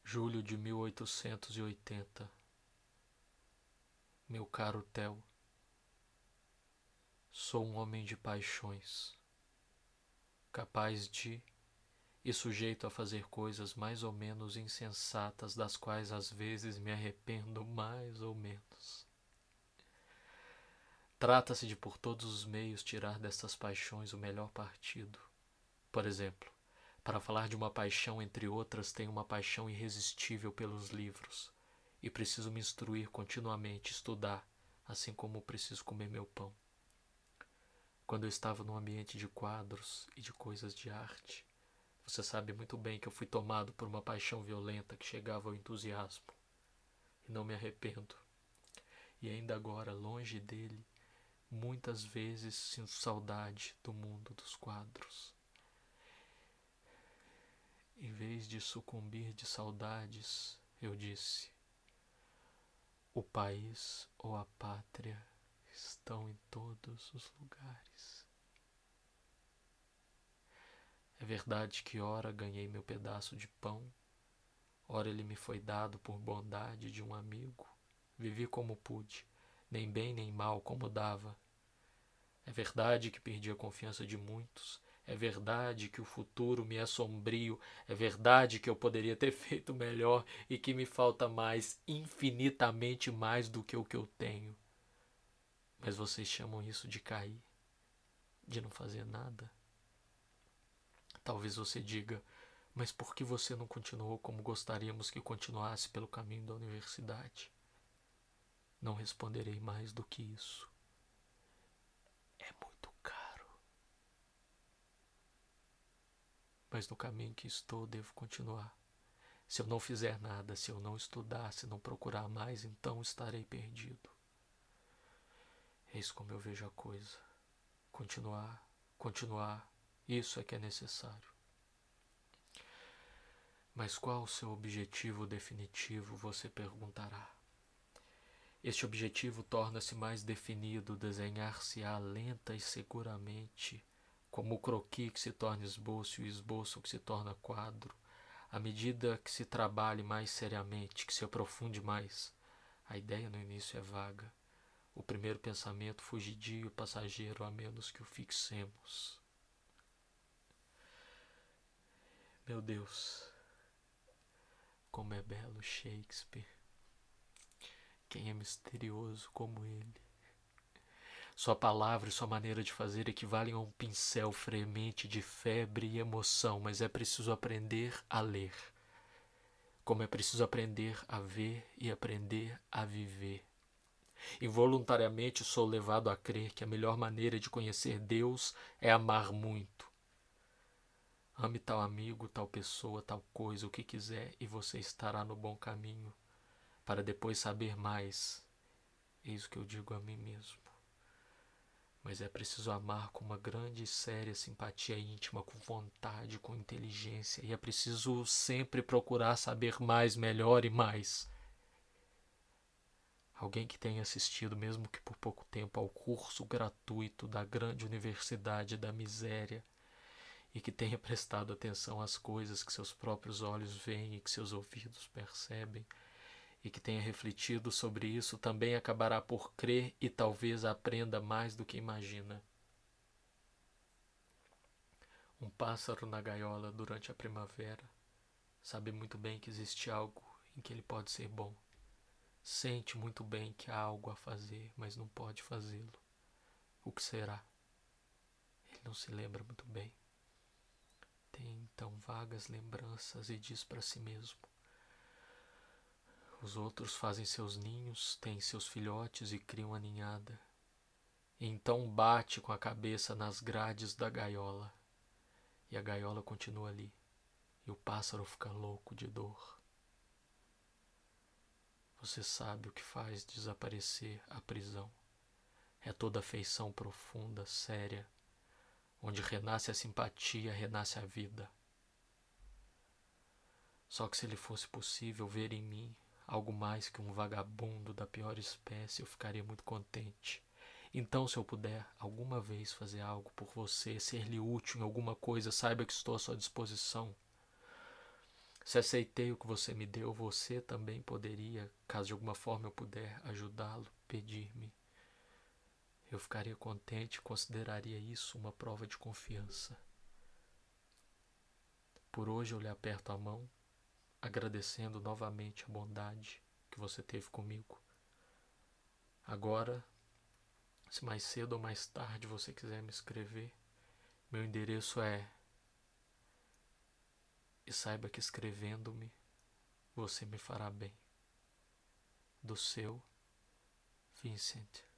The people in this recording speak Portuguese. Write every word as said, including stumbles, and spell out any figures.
Julho de mil oitocentos e oitenta. Meu caro Theo, sou um homem de paixões, capaz de e sujeito a fazer coisas mais ou menos insensatas, das quais às vezes me arrependo mais ou menos. Trata-se de por todos os meios tirar dessas paixões o melhor partido. Por exemplo, para falar de uma paixão entre outras, tenho uma paixão irresistível pelos livros, e preciso me instruir continuamente, estudar, assim como preciso comer meu pão. Quando eu estava num ambiente de quadros e de coisas de arte, você sabe muito bem que eu fui tomado por uma paixão violenta que chegava ao entusiasmo. E não me arrependo. E ainda agora, longe dele, muitas vezes sinto saudade do mundo dos quadros. Em vez de sucumbir de saudades, eu disse: o país ou a pátria estão em todos os lugares. É verdade que ora ganhei meu pedaço de pão, ora ele me foi dado por bondade de um amigo. Vivi como pude, nem bem nem mal como dava. É verdade que perdi a confiança de muitos, é verdade que o futuro me é sombrio, é verdade que eu poderia ter feito melhor e que me falta mais, infinitamente mais do que o que eu tenho. Mas vocês chamam isso de cair, de não fazer nada? Talvez você diga: mas por que você não continuou como gostaríamos que continuasse pelo caminho da universidade? Não responderei mais do que isso. É muito caro. Mas no caminho que estou, devo continuar. Se eu não fizer nada, se eu não estudar, se não procurar mais, então estarei perdido. Eis como eu vejo a coisa. Continuar, continuar, isso é que é necessário. Mas qual o seu objetivo definitivo, você perguntará. Este objetivo torna-se mais definido, desenhar-se-á lenta e seguramente, como o croquis que se torna esboço e o esboço que se torna quadro, à medida que se trabalhe mais seriamente, que se aprofunde mais. A ideia no início é vaga, o primeiro pensamento fugidio e passageiro, a menos que o fixemos. Meu Deus, como é belo Shakespeare! Quem é misterioso como ele? Sua palavra e sua maneira de fazer equivalem a um pincel fremente de febre e emoção, mas é preciso aprender a ler, como é preciso aprender a ver e aprender a viver. Involuntariamente sou levado a crer que a melhor maneira de conhecer Deus é amar muito. Ame tal amigo, tal pessoa, tal coisa, o que quiser, e você estará no bom caminho, para depois saber mais. Eis o que eu digo a mim mesmo. Mas é preciso amar com uma grande e séria simpatia íntima, com vontade, com inteligência, e é preciso sempre procurar saber mais, melhor e mais. Alguém que tenha assistido, mesmo que por pouco tempo, ao curso gratuito da grande universidade da miséria e que tenha prestado atenção às coisas que seus próprios olhos veem e que seus ouvidos percebem, e que tenha refletido sobre isso, também acabará por crer e talvez aprenda mais do que imagina. Um pássaro na gaiola durante a primavera sabe muito bem que existe algo em que ele pode ser bom. Sente muito bem que há algo a fazer, mas não pode fazê-lo. O que será? Ele não se lembra muito bem. Tem então vagas lembranças e diz para si mesmo: os outros fazem seus ninhos, têm seus filhotes e criam a ninhada. E então bate com a cabeça nas grades da gaiola. E a gaiola continua ali. E o pássaro fica louco de dor. Você sabe o que faz desaparecer a prisão. É toda afeição profunda, séria, onde renasce a simpatia, renasce a vida. Só que se lhe fosse possível ver em mim algo mais que um vagabundo da pior espécie, eu ficaria muito contente. Então, se eu puder alguma vez fazer algo por você, ser-lhe útil em alguma coisa, saiba que estou à sua disposição. Se aceitei o que você me deu, você também poderia, caso de alguma forma eu puder ajudá-lo, pedir-me. Eu ficaria contente e consideraria isso uma prova de confiança. Por hoje eu lhe aperto a mão, agradecendo novamente a bondade que você teve comigo. Agora, se mais cedo ou mais tarde você quiser me escrever, meu endereço é... E saiba que escrevendo-me, você me fará bem. Do seu Vincent.